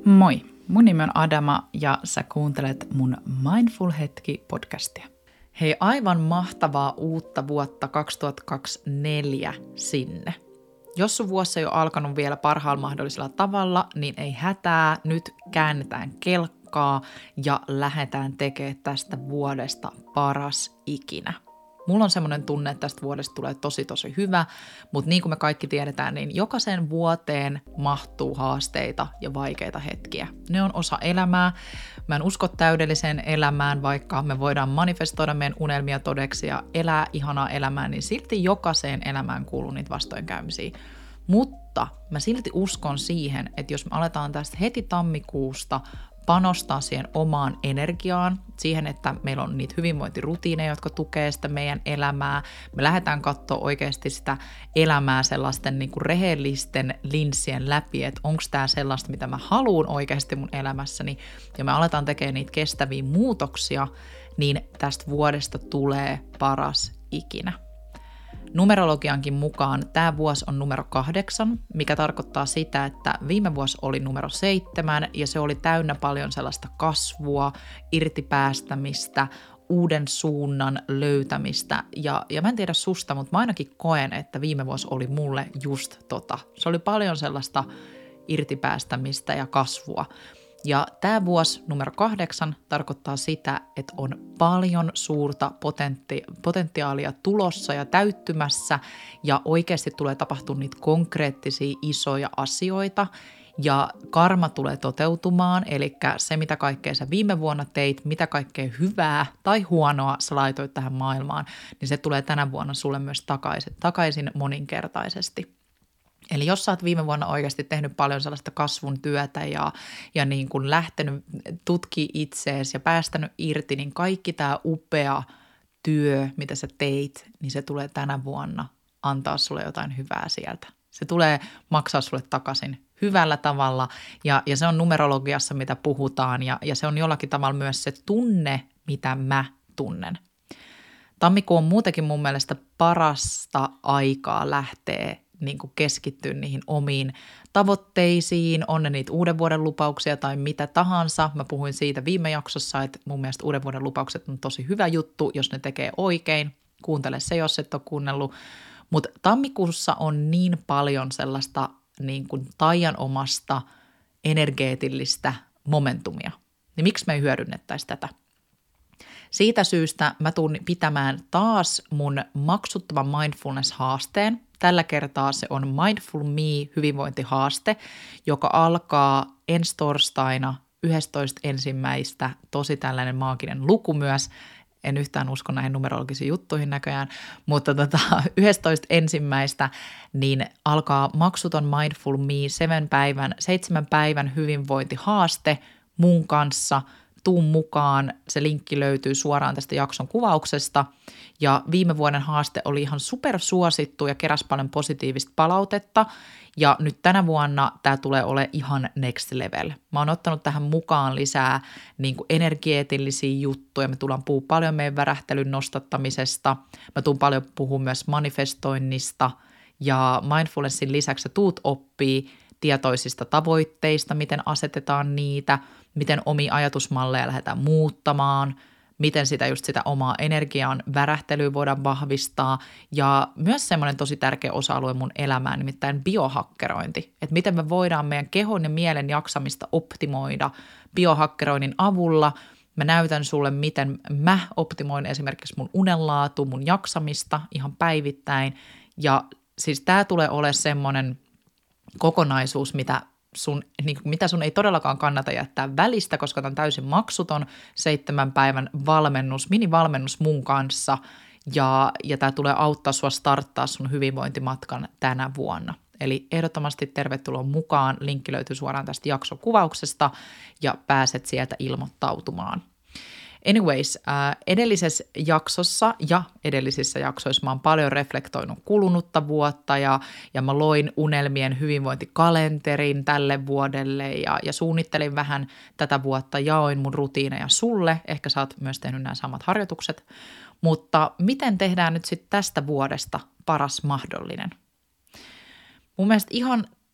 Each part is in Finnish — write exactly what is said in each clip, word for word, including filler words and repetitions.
Moi, mun nimi on Adama ja sä kuuntelet mun Mindful Hetki-podcastia. Hei, aivan mahtavaa uutta vuotta kaksituhattakaksikymmentäneljä sinne. Jos sun vuosi ei ole alkanut vielä parhaalla mahdollisella tavalla, niin ei hätää, nyt käännetään kelkkaa ja lähdetään tekemään tästä vuodesta paras ikinä. Mulla on semmoinen tunne, että tästä vuodesta tulee tosi tosi hyvä, mutta niin kuin me kaikki tiedetään, niin jokaiseen vuoteen mahtuu haasteita ja vaikeita hetkiä. Ne on osa elämää. Mä en usko täydelliseen elämään, vaikka me voidaan manifestoida meidän unelmia todeksi ja elää ihanaa elämää, niin silti jokaiseen elämään kuuluu niitä vastoinkäymisiä. Mutta mä silti uskon siihen, että jos me aletaan tästä heti tammikuusta panostaa siihen omaan energiaan, siihen, että meillä on niitä hyvinvointirutiineja, jotka tukee sitä meidän elämää. Me lähdetään katsoa oikeasti sitä elämää sellaisten niin kuin rehellisten linssien läpi, että onko tämä sellaista, mitä mä haluan oikeasti mun elämässäni, ja me aletaan tekemään niitä kestäviä muutoksia, niin tästä vuodesta tulee paras ikinä. Numerologiankin mukaan tämä vuosi on numero kahdeksan, mikä tarkoittaa sitä, että viime vuosi oli numero seitsemän ja se oli täynnä paljon sellaista kasvua, irtipäästämistä, uuden suunnan löytämistä. Ja, ja mä en tiedä susta, mutta mä ainakin koen, että viime vuosi oli mulle just tota. Se oli paljon sellaista irtipäästämistä ja kasvua. Ja tämä vuosi numero kahdeksan tarkoittaa sitä, että on paljon suurta potentti- potentiaalia tulossa ja täyttymässä ja oikeasti tulee tapahtumaan niitä konkreettisia isoja asioita ja karma tulee toteutumaan, eli se mitä kaikkea sä viime vuonna teit, mitä kaikkea hyvää tai huonoa sä laitoit tähän maailmaan, niin se tulee tänä vuonna sulle myös takaisin, takaisin moninkertaisesti. Eli jos sä oot viime vuonna oikeasti tehnyt paljon sellaista kasvun työtä ja, ja niin kuin lähtenyt tutkimaan itseesi ja päästänyt irti, niin kaikki tämä upea työ, mitä sä teit, niin se tulee tänä vuonna antaa sulle jotain hyvää sieltä. Se tulee maksaa sulle takaisin hyvällä tavalla ja, ja se on numerologiassa, mitä puhutaan ja, ja se on jollakin tavalla myös se tunne, mitä mä tunnen. Tammikuu on muutenkin mun mielestä parasta aikaa lähtee niin kuin keskittyä niihin omiin tavoitteisiin, on ne niitä uuden vuoden lupauksia tai mitä tahansa. Mä puhuin siitä viime jaksossa, että mun mielestä uuden vuoden lupaukset on tosi hyvä juttu, jos ne tekee oikein. Kuuntele se, jos et ole kuunnellut. Mutta tammikuussa on niin paljon sellaista niin kuin taianomasta energeettistä momentumia. Niin miksi me ei hyödynnettäisi tätä? Siitä syystä mä tuun pitämään taas mun maksuttoman mindfulness-haasteen. Tällä kertaa se on Mindful Me-hyvinvointihaaste, joka alkaa ensi torstaina yhdestoista ensimmäistä. Tosi tällainen maaginen luku myös. En yhtään usko näihin numerologisiin juttuihin näköjään, mutta tota, yhdestoista ensimmäistä niin alkaa maksuton Mindful Me seven päivän, seitsemän päivän hyvinvointihaaste mun kanssa. Tuun mukaan, se linkki löytyy suoraan tästä jakson kuvauksesta ja viime vuoden haaste oli ihan supersuosittu ja keräsi paljon positiivista palautetta ja nyt tänä vuonna tämä tulee olemaan ihan next level. Mä oon ottanut tähän mukaan lisää niin kuin energeettillisiä juttuja, me tullaan puhua paljon meidän värähtelyn nostattamisesta, mä tuun paljon puhua myös manifestoinnista ja mindfulnessin lisäksi tuut oppii tietoisista tavoitteista, miten asetetaan niitä, miten omia ajatusmalleja lähdetään muuttamaan, miten sitä just sitä omaa energian värähtelyä voidaan vahvistaa ja myös semmoinen tosi tärkeä osa-alue mun elämään, nimittäin biohakkerointi, että miten me voidaan meidän kehon ja mielen jaksamista optimoida biohakkeroinnin avulla. Mä näytän sulle, miten mä optimoin esimerkiksi mun unenlaatu, mun jaksamista ihan päivittäin ja siis tää tulee olemaan semmoinen kokonaisuus, mitä sun, niin, mitä sun ei todellakaan kannata jättää välistä, koska tämä on täysin maksuton seitsemän päivän valmennus, minivalmennus mun kanssa ja, ja tämä tulee auttaa sua starttaa sun hyvinvointimatkan tänä vuonna. Eli ehdottomasti tervetuloa mukaan, linkki löytyy suoraan tästä jakson kuvauksesta ja pääset sieltä ilmoittautumaan. Anyways, äh, edellisessä jaksossa ja edellisissä jaksoissa mä oon paljon reflektoinut kulunutta vuotta ja, ja mä loin unelmien hyvinvointikalenterin tälle vuodelle ja, ja suunnittelin vähän tätä vuotta, jaoin mun rutiineja sulle, ehkä sä oot myös tehnyt nämä samat harjoitukset, mutta miten tehdään nyt sitten tästä vuodesta paras mahdollinen? Mun mielestä ihan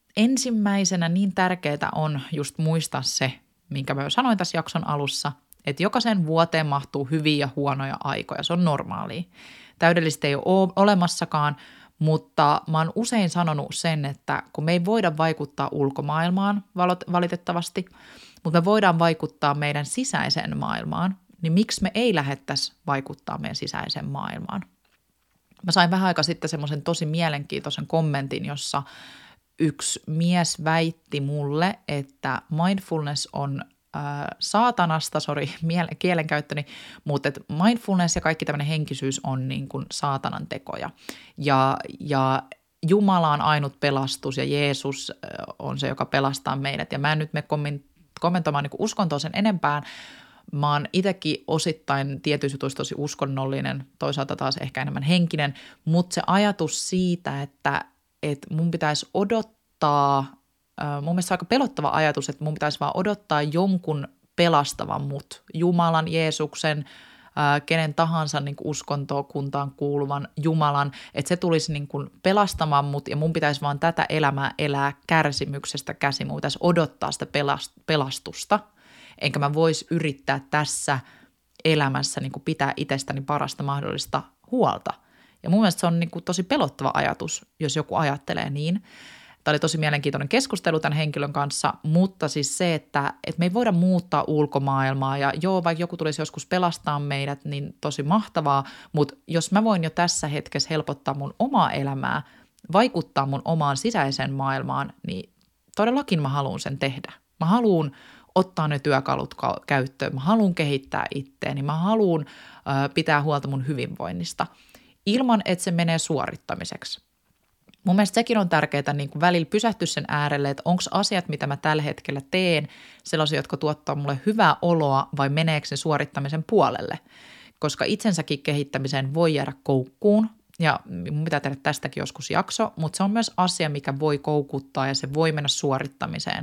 ensimmäisenä niin tärkeää on just muistaa se, minkä mä jo sanoin tässä jakson alussa, että jokaisen vuoteen mahtuu hyviä ja huonoja aikoja. Se on normaalia. Täydellistä ei ole olemassakaan, mutta mä oon usein sanonut sen, että kun me ei voida vaikuttaa ulkomaailmaan valitettavasti, mutta me voidaan vaikuttaa meidän sisäiseen maailmaan, niin miksi me ei lähettäisi vaikuttaa meidän sisäiseen maailmaan? Mä sain vähän aika sitten semmoisen tosi mielenkiintoisen kommentin, jossa yksi mies väitti mulle, että mindfulness on äh, saatanasta, sori kielenkäyttöni, mutta että mindfulness ja kaikki tämmöinen henkisyys on niin kuin saatanan tekoja. Ja, ja Jumala on ainut pelastus ja Jeesus on se, joka pelastaa meidät. Ja mä en nyt mene kommentoimaan niin kuin uskontoa sen enempään. Mä oon itsekin osittain tietyissä jutuissa tosi uskonnollinen, toisaalta taas ehkä enemmän henkinen, mutta se ajatus siitä, että, että mun pitäisi odottaa, mun mielestä se on aika pelottava ajatus, että mun pitäisi vaan odottaa jonkun pelastavan mut, Jumalan, Jeesuksen, kenen tahansa niin kuin uskontokuntaan kuuluvan Jumalan, että se tulisi niin kuin pelastamaan mut ja mun pitäisi vaan tätä elämää elää kärsimyksestä käsin, mun pitäisi odottaa sitä pelastusta. Enkä mä vois yrittää tässä elämässä niin kuin pitää itsestäni parasta mahdollista huolta. Ja mun mielestä se on niin kuin tosi pelottava ajatus, jos joku ajattelee niin. Tämä oli tosi mielenkiintoinen keskustelu tämän henkilön kanssa, mutta siis se, että, että me ei voida muuttaa ulkomaailmaa ja joo, vaikka joku tulisi joskus pelastaa meidät, niin tosi mahtavaa, mutta jos mä voin jo tässä hetkessä helpottaa mun omaa elämää, vaikuttaa mun omaan sisäiseen maailmaan, niin todellakin mä haluan sen tehdä. Mä haluan ottaa ne työkalut käyttöön, mä haluan kehittää itteeni, mä haluan äh, pitää huolta mun hyvinvoinnista ilman, että se menee suorittamiseksi. Mun mielestä sekin on tärkeää niin kuin välillä pysähtyä sen äärelle, että onko asiat, mitä mä tällä hetkellä teen, sellaisia, jotka tuottaa mulle hyvää oloa vai meneekö se suorittamisen puolelle. Koska itsensäkin kehittämiseen voi jäädä koukkuun ja mun pitää tehdä tästäkin joskus jakso, mutta se on myös asia, mikä voi koukuttaa ja se voi mennä suorittamiseen.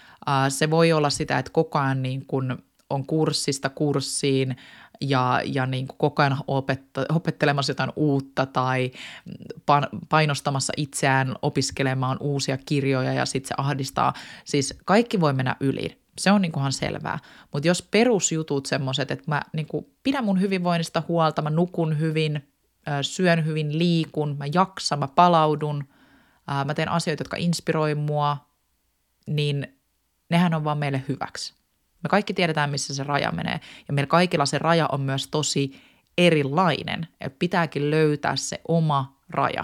Se voi olla sitä, että koko ajan niin kuin on kurssista kurssiin ja, ja niin kuin koko ajan opetta, opettelemassa jotain uutta tai painostamassa itseään opiskelemaan uusia kirjoja ja sitten se ahdistaa. Siis kaikki voi mennä yli. Se on niin kuin ihan selvää. Mutta jos perusjutut semmoiset, että mä niin kuin pidän mun hyvinvoinnista huolta, mä nukun hyvin, syön hyvin, liikun, mä jaksan, mä palaudun, mä teen asioita, jotka inspiroi mua, niin nehän on vaan meille hyväksi. Me kaikki tiedetään, missä se raja menee. Ja meillä kaikilla se raja on myös tosi erilainen. Ja pitääkin löytää se oma raja.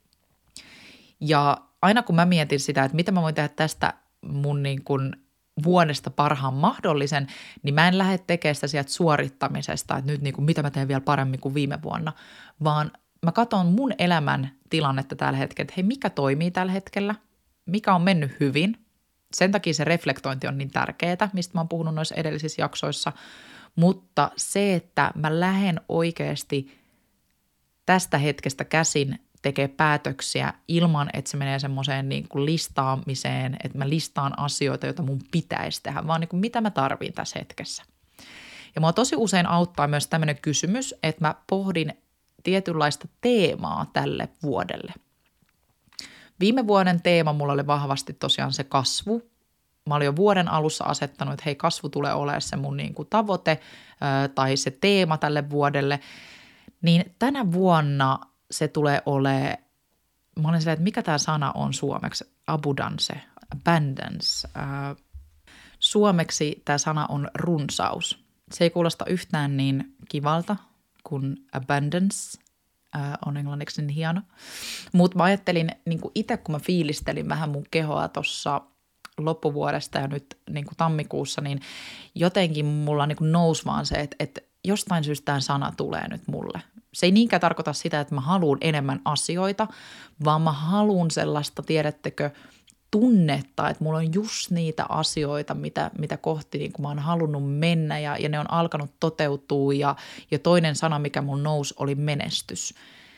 Ja aina kun mä mietin sitä, että mitä mä voin tehdä tästä mun niin kuin vuodesta parhaan mahdollisen, niin mä en lähde tekemään sitä sieltä suorittamisesta, että nyt niin kuin mitä mä teen vielä paremmin kuin viime vuonna, vaan mä katson mun elämän tilannetta tällä hetkellä, että hei, mikä toimii tällä hetkellä, mikä on mennyt hyvin. Sen takia se reflektointi on niin tärkeää, mistä mä oon puhunut noissa edellisissä jaksoissa, mutta se, että mä lähden oikeasti tästä hetkestä käsin tekee päätöksiä ilman, että se menee semmoiseen niin kuin listaamiseen, että mä listaan asioita, joita mun pitäisi tehdä, vaan niin kuin mitä mä tarviin tässä hetkessä. Ja mua tosi usein auttaa myös tämmöinen kysymys, että mä pohdin tietynlaista teemaa tälle vuodelle. Viime vuoden teema mulla oli vahvasti tosiaan se kasvu. Mä olin jo vuoden alussa asettanut, että hei, kasvu tulee olemaan se mun niin kuin tavoite tai se teema tälle vuodelle. Niin tänä vuonna se tulee olemaan, mä olin silleen, että mikä tämä sana on suomeksi, abundance, abundance. Suomeksi tämä sana on runsaus. Se ei kuulosta yhtään niin kivalta kuin abundance. On englanniksi niin hieno. Mutta mä ajattelin niin itse, kun mä fiilistelin vähän mun kehoa tuossa loppuvuodesta ja nyt niin tammikuussa, niin jotenkin mulla niin nousi vaan se, että, että jostain syystä tämä sana tulee nyt mulle. Se ei niinkään tarkoita sitä, että mä haluan enemmän asioita, vaan mä haluan sellaista, tiedättekö, tunnetta, että mulla on just niitä asioita, mitä, mitä kohti niin kun mä oon halunnut mennä ja, ja ne on alkanut toteutua ja, ja toinen sana, mikä mun nousi, oli menestys.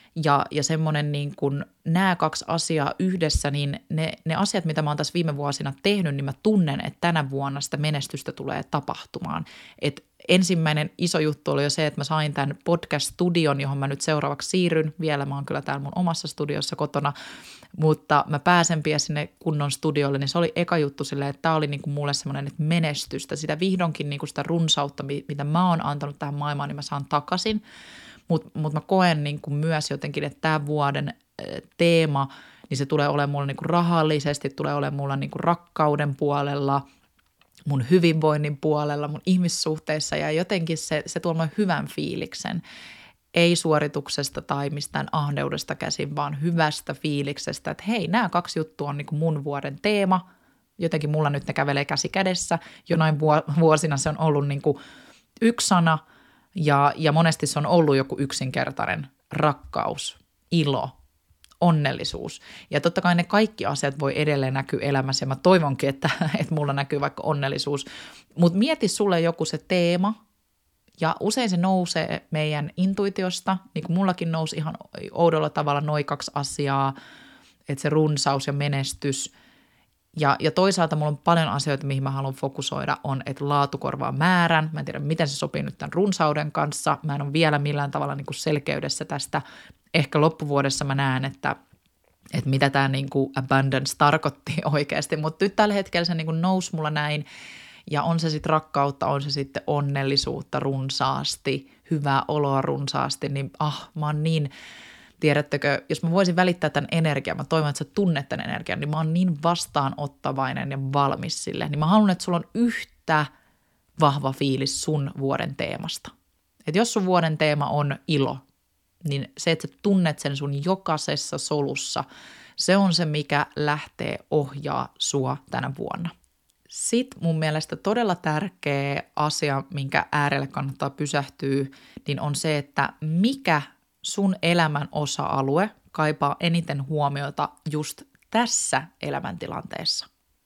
ja, ja semmoinen niin kuin nämä kaksi asiaa yhdessä, niin ne, ne asiat, mitä mä oon tässä viime vuosina tehnyt, niin mä tunnen, että tänä vuonna sitä menestystä tulee tapahtumaan. Et ensimmäinen iso juttu oli jo se, että mä sain tämän podcast-studion, johon mä nyt seuraavaksi siirryn. Vielä mä oon kyllä täällä mun omassa studiossa kotona, mutta mä pääsen pian sinne kunnon studiolle, niin se oli eka juttu silleen, että tää oli niin kuin mulle semmoinen että menestystä. Sitä vihdoinkin niin kuin sitä runsautta, mitä mä oon antanut tähän maailmaan, niin mä saan takaisin. Mutta mut mä koen niin kuin myös jotenkin, että tämän vuoden teema, niin se tulee olemaan mulla niin kuin rahallisesti, tulee olemaan mulla niin kuin rakkauden puolella, mun hyvinvoinnin puolella, mun ihmissuhteissa ja jotenkin se, se tuo mulle hyvän fiiliksen. Ei suorituksesta tai mistään ahneudesta käsin, vaan hyvästä fiiliksestä, että hei, nämä kaksi juttua on niin kuin mun vuoden teema. Jotenkin mulla nyt ne kävelee käsi kädessä. Jonain vuosina se on ollut niin kuin yksi sana ja, ja monesti se on ollut joku yksinkertainen rakkaus, ilo, onnellisuus. Ja totta kai ne kaikki asiat voi edelleen näkyä elämässä ja mä toivonkin, että, että mulla näkyy vaikka onnellisuus. Mutta mieti sulle joku se teema ja usein se nousee meidän intuitiosta, niin kuin mullakin nousi ihan oudolla tavalla noin kaksi asiaa, että se runsaus ja menestys. Ja, ja toisaalta mulla on paljon asioita, mihin mä haluan fokusoida, on, että laatu korvaa määrän. Mä en tiedä, miten se sopii nyt tämän runsauden kanssa. Mä en ole vielä millään tavalla niin kuin selkeydessä tästä. Ehkä loppuvuodessa mä näen, että, että mitä tämä niin kuin abundance tarkoitti oikeasti. Mutta nyt tällä hetkellä se niin kuin nousi mulla näin. Ja on se sitten rakkautta, on se sitten onnellisuutta runsaasti, hyvää oloa runsaasti. Niin ah, mä oon niin... Tiedättekö, jos mä voisin välittää tämän energian, mä toivon, että sä tunnet tämän energian, niin mä oon niin vastaanottavainen ja valmis sille. Niin mä haluan, että sulla on yhtä vahva fiilis sun vuoden teemasta. Että jos sun vuoden teema on ilo, niin se, että sä tunnet sen sun jokaisessa solussa, se on se, mikä lähtee ohjaa sua tänä vuonna. Sitten mun mielestä todella tärkeä asia, minkä äärelle kannattaa pysähtyä, niin on se, että mikä sun elämän osa-alue kaipaa eniten huomiota just tässä elämäntilanteessa.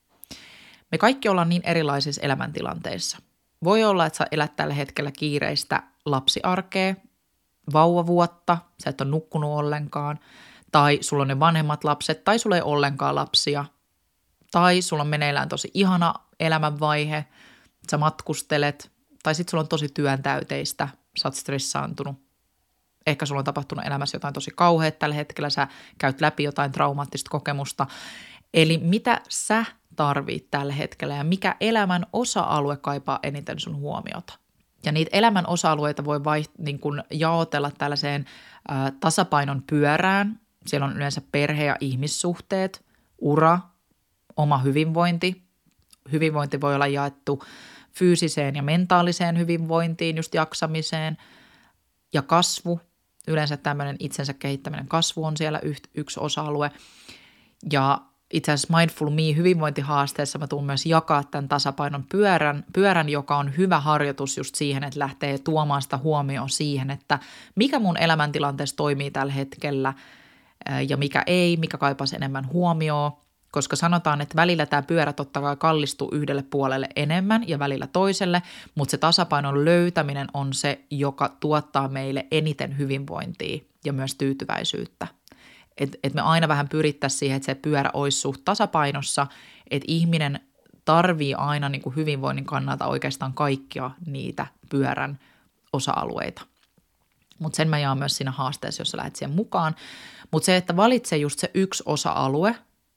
Me kaikki ollaan niin erilaisissa elämäntilanteissa. Voi olla, että sä elät tällä hetkellä kiireistä lapsiarkea, vauvavuotta, sä et ole nukkunut ollenkaan, tai sulla on ne vanhemmat lapset, tai sulla ei ollenkaan lapsia, tai sulla on meneillään tosi ihana elämänvaihe, sä matkustelet, tai sitten sulla on tosi työntäyteistä, sä oot stressaantunut. Ehkä sulla on tapahtunut elämässä jotain tosi kauheaa tällä hetkellä, sä käyt läpi jotain traumaattista kokemusta. Eli mitä sä tarvit tällä hetkellä ja mikä elämän osa-alue kaipaa eniten sun huomiota. Ja niitä elämän osa-alueita voi vaiht- niin kun jaotella tällaiseen ä, tasapainon pyörään. Siellä on yleensä perhe- ja ihmissuhteet, ura, oma hyvinvointi. Hyvinvointi voi olla jaettu fyysiseen ja mentaaliseen hyvinvointiin, just jaksamiseen ja kasvu. Yleensä tämmöinen itsensä kehittäminen kasvu on siellä yht, yksi osa-alue. Ja itse asiassa Mindful Me hyvinvointihaasteessa mä tuun myös jakaa tämän tasapainon pyörän, pyörän, joka on hyvä harjoitus just siihen, että lähtee tuomaan sitä huomioon siihen, että mikä mun elämäntilanteessa toimii tällä hetkellä ja mikä ei, mikä kaipaisi enemmän huomioon. Koska sanotaan, että välillä tämä pyörä totta kai kallistuu yhdelle puolelle enemmän ja välillä toiselle, mutta se tasapainon löytäminen on se, joka tuottaa meille eniten hyvinvointia ja myös tyytyväisyyttä. Että et me aina vähän pyrittäisiin siihen, että se pyörä olisi suht tasapainossa, että ihminen tarvii aina niin kuin hyvinvoinnin kannalta oikeastaan kaikkia niitä pyörän osa-alueita. Mutta sen mä jaan myös siinä haasteessa, jos sä lähdet siihen mukaan. Mutta se, että valitse just se yksi osa-alue,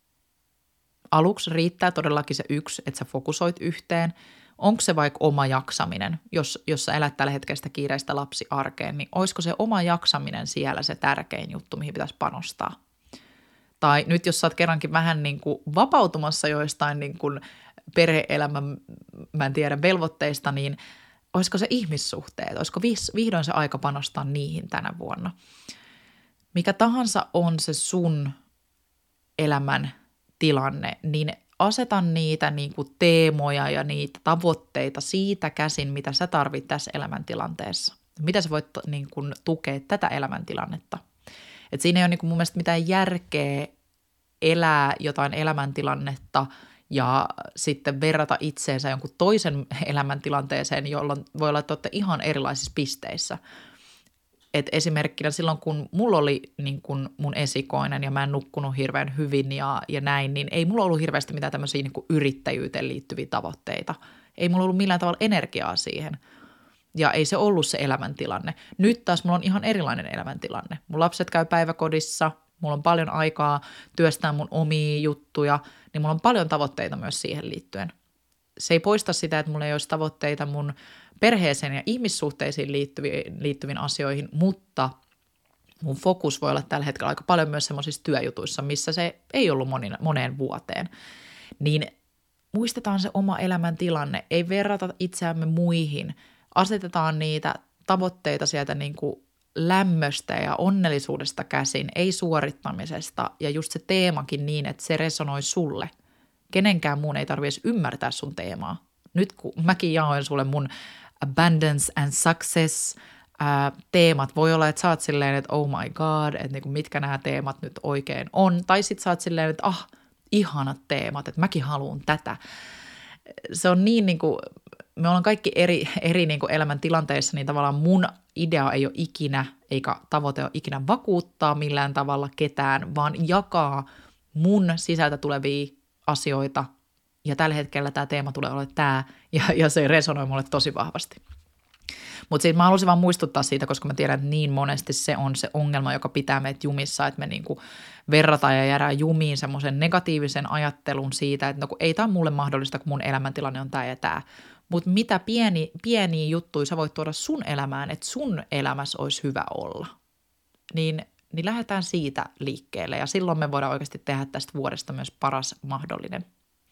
aluksi riittää todellakin se yksi, että sä fokusoit yhteen. Onko se vaikka oma jaksaminen, jos, jos sä elät tällä hetkellä sitä kiireistä lapsiarkeen, niin olisiko se oma jaksaminen siellä se tärkein juttu, mihin pitäisi panostaa? Tai nyt jos sä oot kerrankin vähän niin kuin vapautumassa joistain niin kuin perhe-elämän, mä en tiedä, velvoitteista, niin olisiko se ihmissuhteet, olisiko vihdoin se aika panostaa niihin tänä vuonna? Mikä tahansa on se sun elämän tilanne, niin aseta niitä niin kuin teemoja ja niitä tavoitteita siitä käsin, mitä sä tarvit tässä elämäntilanteessa. Mitä sä voit niin kuin tukea tätä elämäntilannetta. Et siinä ei ole niin kuin mun mielestä mitään järkeä elää jotain elämäntilannetta ja sitten verrata itseensä jonkun toisen elämäntilanteeseen, jolloin voi olla, että olette ihan erilaisissa pisteissä. Et esimerkkinä silloin, kun mulla oli niin kun mun esikoinen ja mä en nukkunut hirveän hyvin ja, ja näin, niin ei mulla ollut hirveästi mitään tämmöisiä niin kuin yrittäjyyteen liittyviä tavoitteita. Ei mulla ollut millään tavalla energiaa siihen. Ja ei se ollut se elämäntilanne. Nyt taas mulla on ihan erilainen elämäntilanne. Mun lapset käy päiväkodissa, mulla on paljon aikaa työstää mun omia juttuja, niin mulla on paljon tavoitteita myös siihen liittyen. Se ei poista sitä, että mulla ei olisi tavoitteita mun perheeseen ja ihmissuhteisiin liittyviin, liittyviin asioihin, mutta mun fokus voi olla tällä hetkellä aika paljon myös semmoisissa työjutuissa, missä se ei ollut monina, moneen vuoteen. Niin muistetaan se oma elämäntilanne, ei verrata itseämme muihin, asetetaan niitä tavoitteita sieltä niin kuin lämmöstä ja onnellisuudesta käsin, ei suorittamisesta ja just se teemakin niin, että se resonoi sulle. Kenenkään muun ei tarvitse ymmärtää sun teemaa. Nyt kun mäkin jaoin sulle mun abundance and success ää, teemat, voi olla, että sä oot silleen, että oh my god, että niinku mitkä nämä teemat nyt oikein on. Tai sit sä oot silleen, että ah, ihanat teemat, että mäkin haluan tätä. Se on niin niinku, me ollaan kaikki eri, eri niinku elämäntilanteissa, niin tavallaan mun idea ei ole ikinä, eikä tavoite ole ikinä vakuuttaa millään tavalla ketään, vaan jakaa mun sisältä tulevia asioita, ja tällä hetkellä tämä teema tulee olemaan tämä, ja, ja se resonoi mulle tosi vahvasti. Mutta sitten mä halusin vaan muistuttaa siitä, koska mä tiedän, että niin monesti se on se ongelma, joka pitää meitä jumissa, että me niinku verrataan ja jäädään jumiin semmoisen negatiivisen ajattelun siitä, että no kun ei tämä ole mulle mahdollista, kun mun elämäntilanne on tämä ja tämä. Mutta mitä pieni, pieniä juttuja sä voit tuoda sun elämään, että sun elämässä olisi hyvä olla, niin, niin lähdetään siitä liikkeelle, ja silloin me voidaan oikeasti tehdä tästä vuodesta myös paras mahdollinen.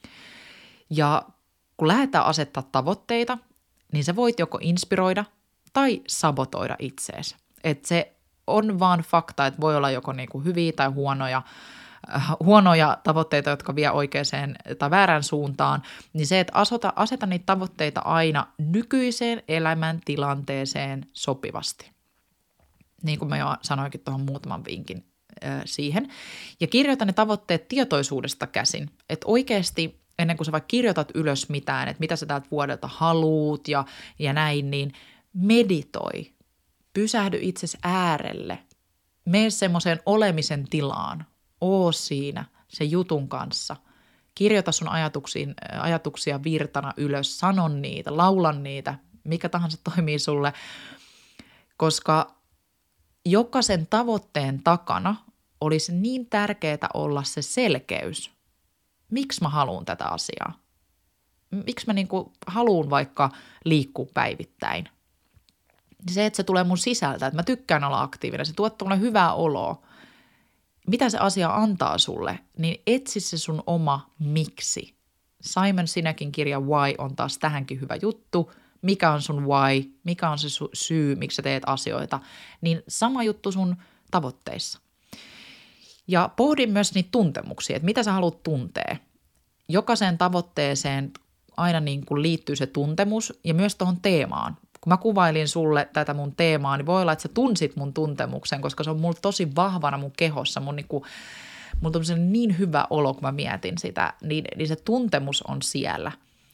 Ja kun lähdetään asettaa tavoitteita, niin sä voit joko inspiroida tai sabotoida itseesi. Että se on vaan fakta, että voi olla joko niinku hyviä tai huonoja, äh, huonoja tavoitteita, jotka vie oikeaan tai väärään suuntaan, niin se, että aseta, aseta niitä tavoitteita aina nykyiseen elämäntilanteeseen sopivasti. Niin kuin mä jo sanoinkin tuohon muutaman vinkin äh, siihen. Ja kirjoita ne tavoitteet tietoisuudesta käsin, että oikeasti ennen kuin sä vaikka kirjoitat ylös mitään, että mitä sä täältä vuodelta haluut ja, ja näin, niin meditoi, pysähdy itsesi äärelle, mene semmoiseen olemisen tilaan, oo siinä sen jutun kanssa, kirjoita sun ajatuksiin, ajatuksia virtana ylös, sano niitä, laulan niitä, mikä tahansa toimii sulle, koska jokaisen tavoitteen takana olisi niin tärkeää olla se selkeys. Miksi mä haluan tätä asiaa? Miksi mä niinku haluan vaikka liikkua päivittäin? Se, että se tulee mun sisältä, että mä tykkään olla aktiivinen, se tuottaa mulle hyvää oloa. Mitä se asia antaa sulle, niin etsi se sun oma miksi. Simon Sinekkin kirja Why on taas tähänkin hyvä juttu. Mikä on sun why, mikä on se syy, miksi sä teet asioita, niin sama juttu sun tavoitteissa. Ja pohdin myös niitä tuntemuksia, että mitä sä haluat tuntea. Jokaiseen tavoitteeseen aina niin kuin liittyy se tuntemus ja myös tuohon teemaan. Kun mä kuvailin sulle tätä mun teemaa, niin voi olla, että sä tunsit mun tuntemuksen, koska se on mulla tosi vahvana mun kehossa. Mun niin kuin, mulla on niin hyvä olo, kun mä mietin sitä, niin, niin se tuntemus on siellä.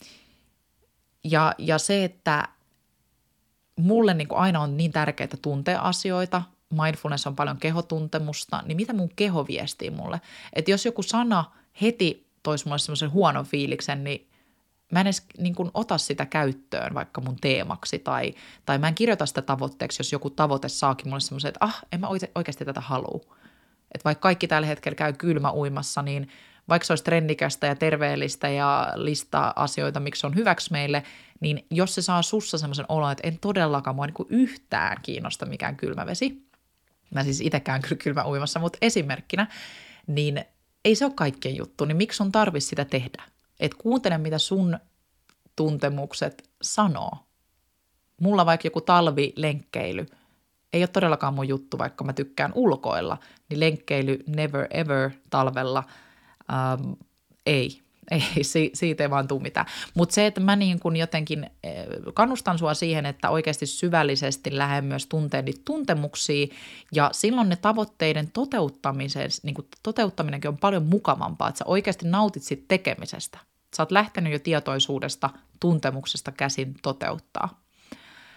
Ja, ja se, että mulle niin kuin aina on niin tärkeää tuntea asioita, mindfulness on paljon kehotuntemusta, niin mitä mun keho viestii mulle? Että jos joku sana heti toisi mulle semmoisen huonon fiiliksen, niin mä en edes niin kuin ota sitä käyttöön vaikka mun teemaksi tai, tai mä en kirjoita sitä tavoitteeksi, jos joku tavoite saakin mulle semmoisen, että ah, en mä oikeasti tätä halua. Että vaikka kaikki tällä hetkellä käy kylmä uimassa, niin vaikka se olisi trendikästä ja terveellistä ja listaa asioita, miksi se on hyväksi meille, niin jos se saa sussa semmoisen olon, että en todellakaan mua niin kuin yhtään kiinnosta mikään kylmävesi, mä siis itsekään kyllä kylmä uimassa, mutta esimerkkinä, niin ei se ole kaikkien juttu, niin miksi sun tarvitsisi sitä tehdä? Et kuuntele, mitä sun tuntemukset sanoo. Mulla vaikka joku talvilenkkeily ei ole todellakaan mun juttu, vaikka mä tykkään ulkoilla, niin lenkkeily never ever talvella ähm, ei. Ei, siitä ei vaan tule mitään. Mutta se, että mä niin kun jotenkin kannustan sua siihen, että oikeasti syvällisesti lähde myös tunteen niitä tuntemuksia, ja silloin ne tavoitteiden toteuttamisen, niin kun toteuttaminenkin on paljon mukavampaa, että sä oikeasti nautit siitä tekemisestä. Sä oot lähtenyt jo tietoisuudesta, tuntemuksesta käsin toteuttaa.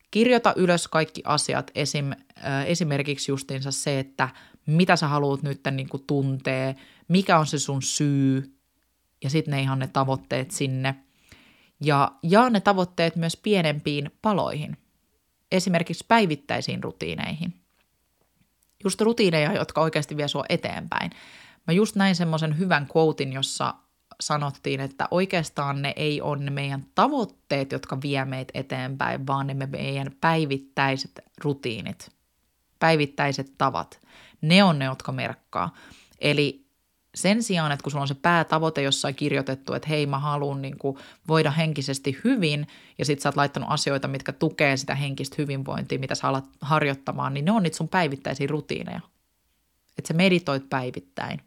Kirjoita ylös kaikki asiat, esim, äh, esimerkiksi justiinsa se, että mitä sä haluat nyt niin kuin tuntee, mikä on se sun syy, ja sitten ne ihan ne tavoitteet sinne. Ja jaa ne tavoitteet myös pienempiin paloihin, esimerkiksi päivittäisiin rutiineihin. Just rutiineja, jotka oikeasti vie sua eteenpäin. Mä just näin semmoisen hyvän quotein, jossa sanottiin, että oikeastaan ne ei ole ne meidän tavoitteet, jotka vie meitä eteenpäin, vaan ne meidän päivittäiset rutiinit, päivittäiset tavat. Ne on ne, jotka merkkaa. Eli sen sijaan, että kun sulla on se päätavoite jossain kirjoitettu, että hei mä haluan niin kuin voida henkisesti hyvin ja sit sä oot laittanut asioita, mitkä tukee sitä henkistä hyvinvointia, mitä sä alat harjoittamaan, niin ne on niitä sun päivittäisiä rutiineja. Että sä meditoit päivittäin.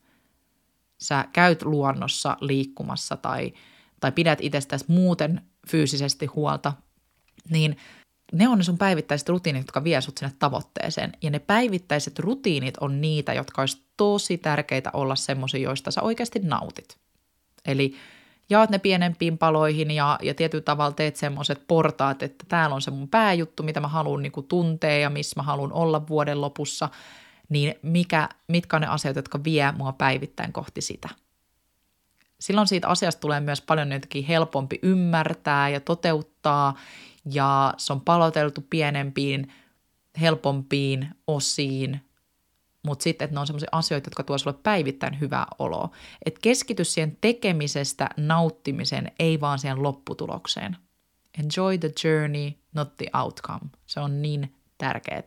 Sä käyt luonnossa liikkumassa tai, tai pidät itsestäsi muuten fyysisesti huolta, niin ne on ne sun päivittäiset rutiinit, jotka vie sut sinne tavoitteeseen. Ja ne päivittäiset rutiinit on niitä, jotka olisi tosi tärkeitä olla semmoisia, joista sä oikeasti nautit. Eli jaat ne pienempiin paloihin ja, ja tietyllä tavalla teet semmoiset portaat, että täällä on se mun pääjuttu, mitä mä haluan niinku tuntea ja missä mä haluan olla vuoden lopussa, niin mikä, mitkä on ne asiat, jotka vie mua päivittäin kohti sitä. Silloin siitä asiasta tulee myös paljon jotenkin helpompi ymmärtää ja toteuttaa, ja se on paloteltu pienempiin, helpompiin osiin, mutta sitten, että ne on sellaisia asioita, jotka tuo sulle päivittäin hyvää oloa. Että keskity siihen tekemisestä nauttimiseen, ei vaan siihen lopputulokseen. Enjoy the journey, not the outcome. Se on niin tärkeää.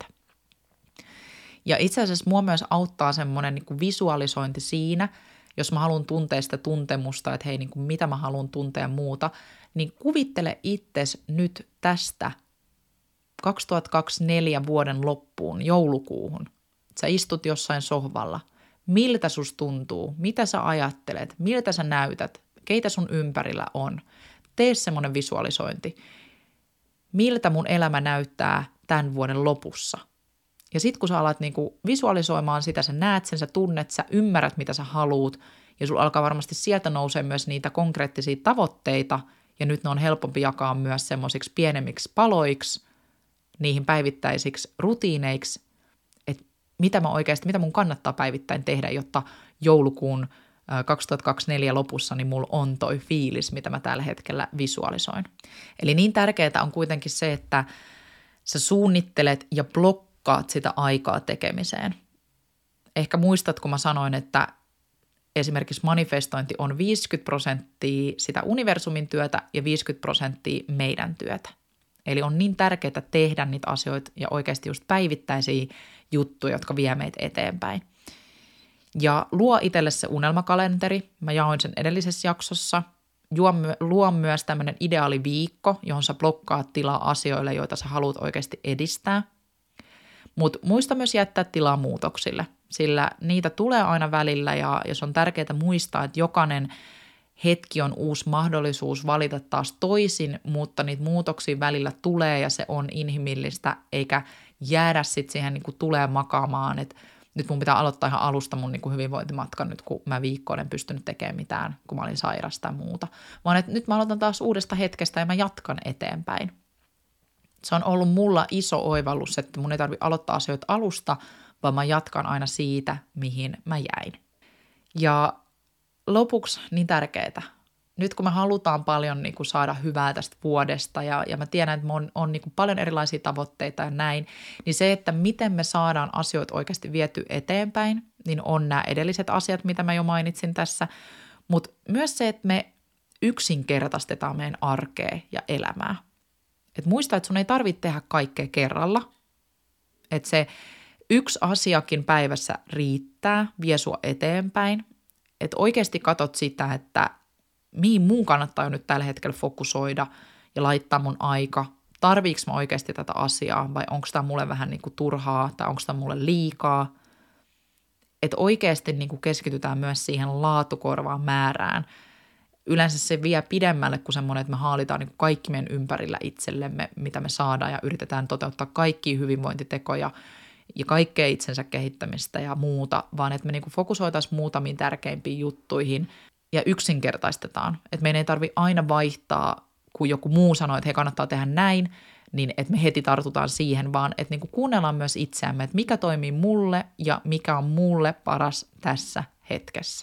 Ja itse asiassa mua myös auttaa semmoinen niin kuin visualisointi siinä, jos mä haluan tuntea sitä tuntemusta, että hei, niin kuin mitä mä haluan tuntea muuta, niin kuvittele itses nyt tästä kaksituhattakaksikymmentäneljä vuoden loppuun, joulukuuhun. Sä istut jossain sohvalla. Miltä sus tuntuu? Mitä sä ajattelet? Miltä sä näytät? Keitä sun ympärillä on? Tee semmoinen visualisointi. Miltä mun elämä näyttää tämän vuoden lopussa? Ja sit kun sä alat niinku visualisoimaan sitä, sä näet sen, sä tunnet, sä ymmärrät mitä sä haluut, ja sulla alkaa varmasti sieltä nousee myös niitä konkreettisia tavoitteita, ja nyt ne on helpompi jakaa myös semmoisiksi pienemmiksi paloiksi, niihin päivittäisiksi rutiineiksi, että mitä mä oikeasti, mitä mun kannattaa päivittäin tehdä, jotta joulukuun kaksituhattakaksikymmentäneljä lopussa niin mulla on toi fiilis, mitä mä tällä hetkellä visualisoin. Eli niin tärkeää on kuitenkin se, että sä suunnittelet ja blokkaat sitä aikaa tekemiseen. Ehkä muistat, kun mä sanoin, että esimerkiksi manifestointi on viisikymmentä prosenttia sitä universumin työtä ja viisikymmentä prosenttia meidän työtä. Eli on niin tärkeää tehdä niitä asioita ja oikeasti just päivittäisiä juttuja, jotka vie meitä eteenpäin. Ja luo itselle se unelmakalenteri. Mä jaoin sen edellisessä jaksossa. Luo myös tämmöinen ideaaliviikko, johon sä blokkaat tilaa asioille, joita sä haluat oikeasti edistää. Mutta muista myös jättää tilaa muutoksille, sillä niitä tulee aina välillä ja, ja se on tärkeää muistaa, että jokainen hetki on uusi mahdollisuus valita taas toisin, mutta niitä muutoksia välillä tulee ja se on inhimillistä, eikä jäädä sitten siihen niin kuin tulee makaamaan, että nyt mun pitää aloittaa ihan alusta mun niin kuin hyvinvointimatkan nyt, kun mä viikkoon en pystynyt tekemään mitään, kun mä olin sairas tai muuta, vaan että nyt mä aloitan taas uudesta hetkestä ja mä jatkan eteenpäin. Se on ollut mulla iso oivallus, että mun ei tarvitse aloittaa asioita alusta, vaan mä jatkan aina siitä, mihin mä jäin. Ja lopuksi niin tärkeää. Nyt kun me halutaan paljon niin kuin saada hyvää tästä vuodesta ja, ja mä tiedän, että on, on niin kuin paljon erilaisia tavoitteita ja näin, niin se, että miten me saadaan asioita oikeasti viety eteenpäin, niin on nämä edelliset asiat, mitä mä jo mainitsin tässä, mutta myös se, että me yksinkertaistetaan meidän arkea ja elämää. Et muista, että sun ei tarvitse tehdä kaikkea kerralla, että se yksi asiakin päivässä riittää, vie sua eteenpäin, että oikeasti katot sitä, että mihin mun kannattaa jo nyt tällä hetkellä fokusoida ja laittaa mun aika, tarviiks mä oikeasti tätä asiaa vai onko tämä mulle vähän niin kuin turhaa tai onko tämä mulle liikaa, että oikeasti niin kuin keskitytään myös siihen laatukorvaan määrään. Yleensä se vie pidemmälle kuin semmoinen, että me haalitaan niin kuin kaikki meidän ympärillä itsellemme, mitä me saadaan ja yritetään toteuttaa kaikkia hyvinvointitekoja ja kaikkea itsensä kehittämistä ja muuta, vaan että me niin kuin fokusoitaisiin muutamiin tärkeimpiin juttuihin ja yksinkertaistetaan. Että meidän ei tarvitse aina vaihtaa, kun joku muu sanoo, että hei kannattaa tehdä näin, niin että me heti tartutaan siihen, vaan että niin kuin kuunnellaan myös itseämme, että mikä toimii mulle ja mikä on mulle paras tässä hetkessä.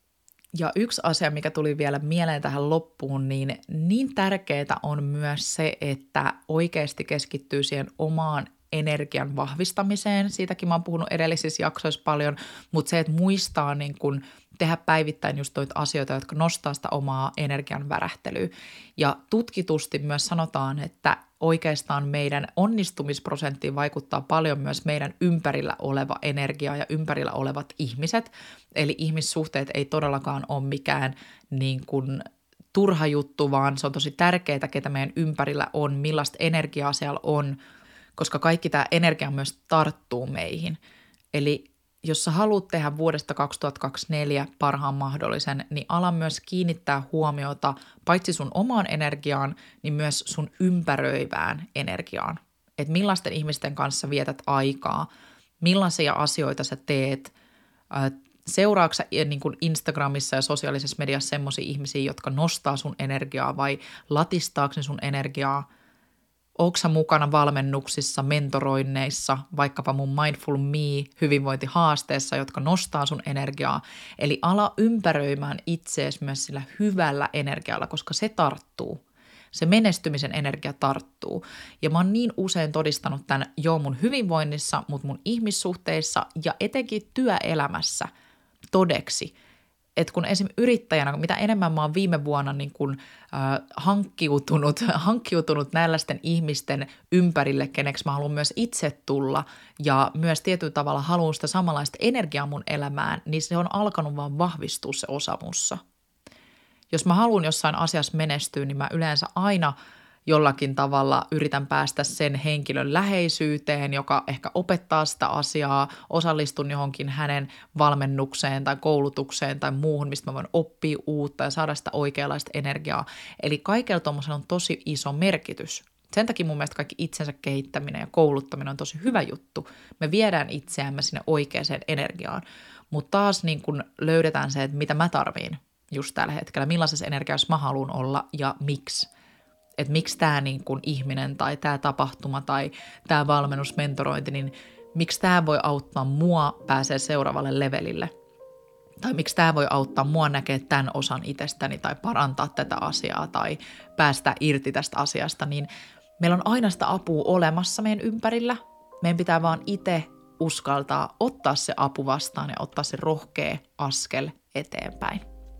Ja yksi asia, mikä tuli vielä mieleen tähän loppuun, niin niin tärkeää on myös se, että oikeasti keskittyy siihen omaan energian vahvistamiseen. Siitäkin mä oon puhunut edellisissä jaksoissa paljon, mutta se, että muistaa niin kun tehdä päivittäin just noita asioita, jotka nostaa sitä omaa energian värähtelyä. Ja tutkitusti myös sanotaan, että oikeastaan meidän onnistumisprosenttiin vaikuttaa paljon myös meidän ympärillä oleva energia ja ympärillä olevat ihmiset. Eli ihmissuhteet ei todellakaan ole mikään niin kuin turha juttu, vaan se on tosi tärkeää, ketä meidän ympärillä on, millaista energiaa siellä on, koska kaikki tämä energia myös tarttuu meihin. Eli jos sä haluat tehdä vuodesta kaksituhattakaksikymmentäneljä parhaan mahdollisen, niin ala myös kiinnittää huomiota paitsi sun omaan energiaan, niin myös sun ympäröivään energiaan. Että millaisten ihmisten kanssa vietät aikaa, millaisia asioita sä teet, seuraatko sä niin kuin Instagramissa ja sosiaalisessa mediassa semmoisia ihmisiä, jotka nostaa sun energiaa vai latistaako ne sun energiaa? Ootko sä mukana valmennuksissa, mentoroinneissa, vaikkapa mun Mindful Me hyvinvointihaasteessa, jotka nostaa sun energiaa. Eli ala ympäröimään itseesi myös sillä hyvällä energialla, koska se tarttuu. Se menestymisen energia tarttuu. Ja mä oon niin usein todistanut tämän jo mun hyvinvoinnissa, mutta mun ihmissuhteissa ja etenkin työelämässä todeksi. Että kun esim. Yrittäjänä, mitä enemmän mä oon viime vuonna niin kun, äh, hankkiutunut, hankkiutunut nällaisten ihmisten ympärille, keneksi mä haluan myös itse tulla ja myös tietyllä tavalla haluan sitä samanlaista energiaa mun elämään, niin se on alkanut vaan vahvistua se osa mussa. Jos mä haluan jossain asiassa menestyä, niin mä yleensä aina jollakin tavalla yritän päästä sen henkilön läheisyyteen, joka ehkä opettaa sitä asiaa, osallistun johonkin hänen valmennukseen tai koulutukseen tai muuhun, mistä mä voin oppia uutta ja saada sitä oikeanlaista energiaa. Eli kaikella tuommoisella on tosi iso merkitys. Sen takia mun mielestä kaikki itsensä kehittäminen ja kouluttaminen on tosi hyvä juttu. Me viedään itseämme sinne oikeaan energiaan, mutta taas niin kun löydetään se, että mitä mä tarviin just tällä hetkellä, millaisessa energiassa mä haluan olla ja miksi. Että miksi tämä niin kuin ihminen tai tämä tapahtuma tai tämä valmennusmentorointi, niin miksi tämä voi auttaa mua pääsee seuraavalle levelille. Tai miksi tämä voi auttaa mua näkee tämän osan itsestäni tai parantaa tätä asiaa tai päästä irti tästä asiasta. Niin meillä on aina sitä apua olemassa meidän ympärillä. Meidän pitää vaan itse uskaltaa ottaa se apu vastaan ja ottaa se rohkea askel eteenpäin.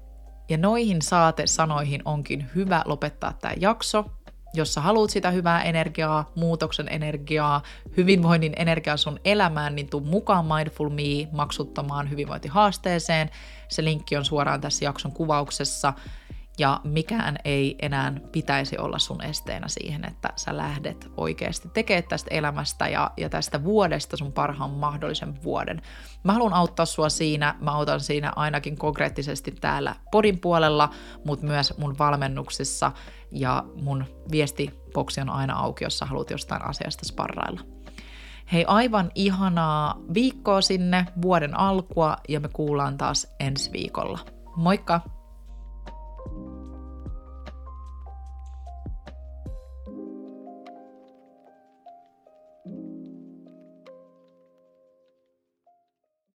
Ja noihin saatesanoihin onkin hyvä lopettaa tämä jakso. Jos sä haluat sitä hyvää energiaa, muutoksen energiaa, hyvinvoinnin energiaa sun elämään, niin tuu mukaan Mindful Me maksuttamaan hyvinvointihaasteeseen. Se linkki on suoraan tässä jakson kuvauksessa. Ja mikään ei enää pitäisi olla sun esteenä siihen, että sä lähdet oikeasti tekemään tästä elämästä ja, ja tästä vuodesta sun parhaan mahdollisen vuoden. Mä haluan auttaa sua siinä, mä autan siinä ainakin konkreettisesti täällä podin puolella, mutta myös mun valmennuksissa ja mun viestiboksi on aina auki, jos sä haluat jostain asiasta sparrailla. Hei, aivan ihanaa viikkoa sinne, vuoden alkua ja me kuullaan taas ensi viikolla. Moikka!